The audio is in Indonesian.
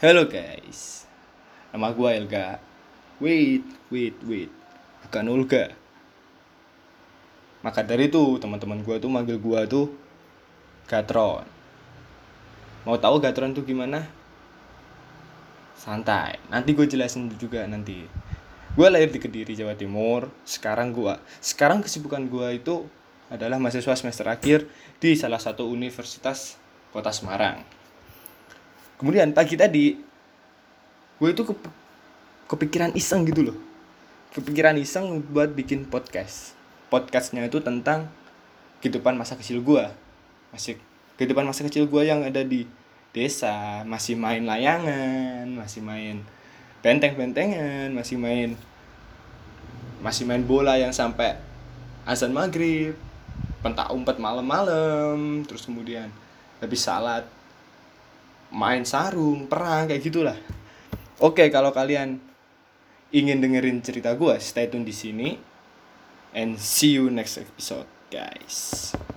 Halo guys, nama gue Elga. Wait, bukan Olga. Maka dari itu teman-teman gue tuh manggil gue tuh Gatron. Mau tahu Gatron tuh gimana? Santai, nanti gue jelasin juga nanti. Gue lahir di Kediri, Jawa Timur. Sekarang kesibukan gue itu adalah mahasiswa semester akhir di salah satu universitas Kota Semarang. Kemudian pagi tadi gue itu kepikiran iseng gitu loh. Kepikiran iseng buat bikin podcastnya itu tentang kehidupan masa kecil gue. Kehidupan masa kecil gue yang ada di desa. Masih main layangan, masih main benteng-bentengan, masih main bola yang sampai azan maghrib, pentak umpet malam-malam, terus kemudian habis salat main sarung, perang, kayak gitulah. Oke, kalau kalian ingin dengerin cerita gue, stay tune di sini and see you next episode, guys.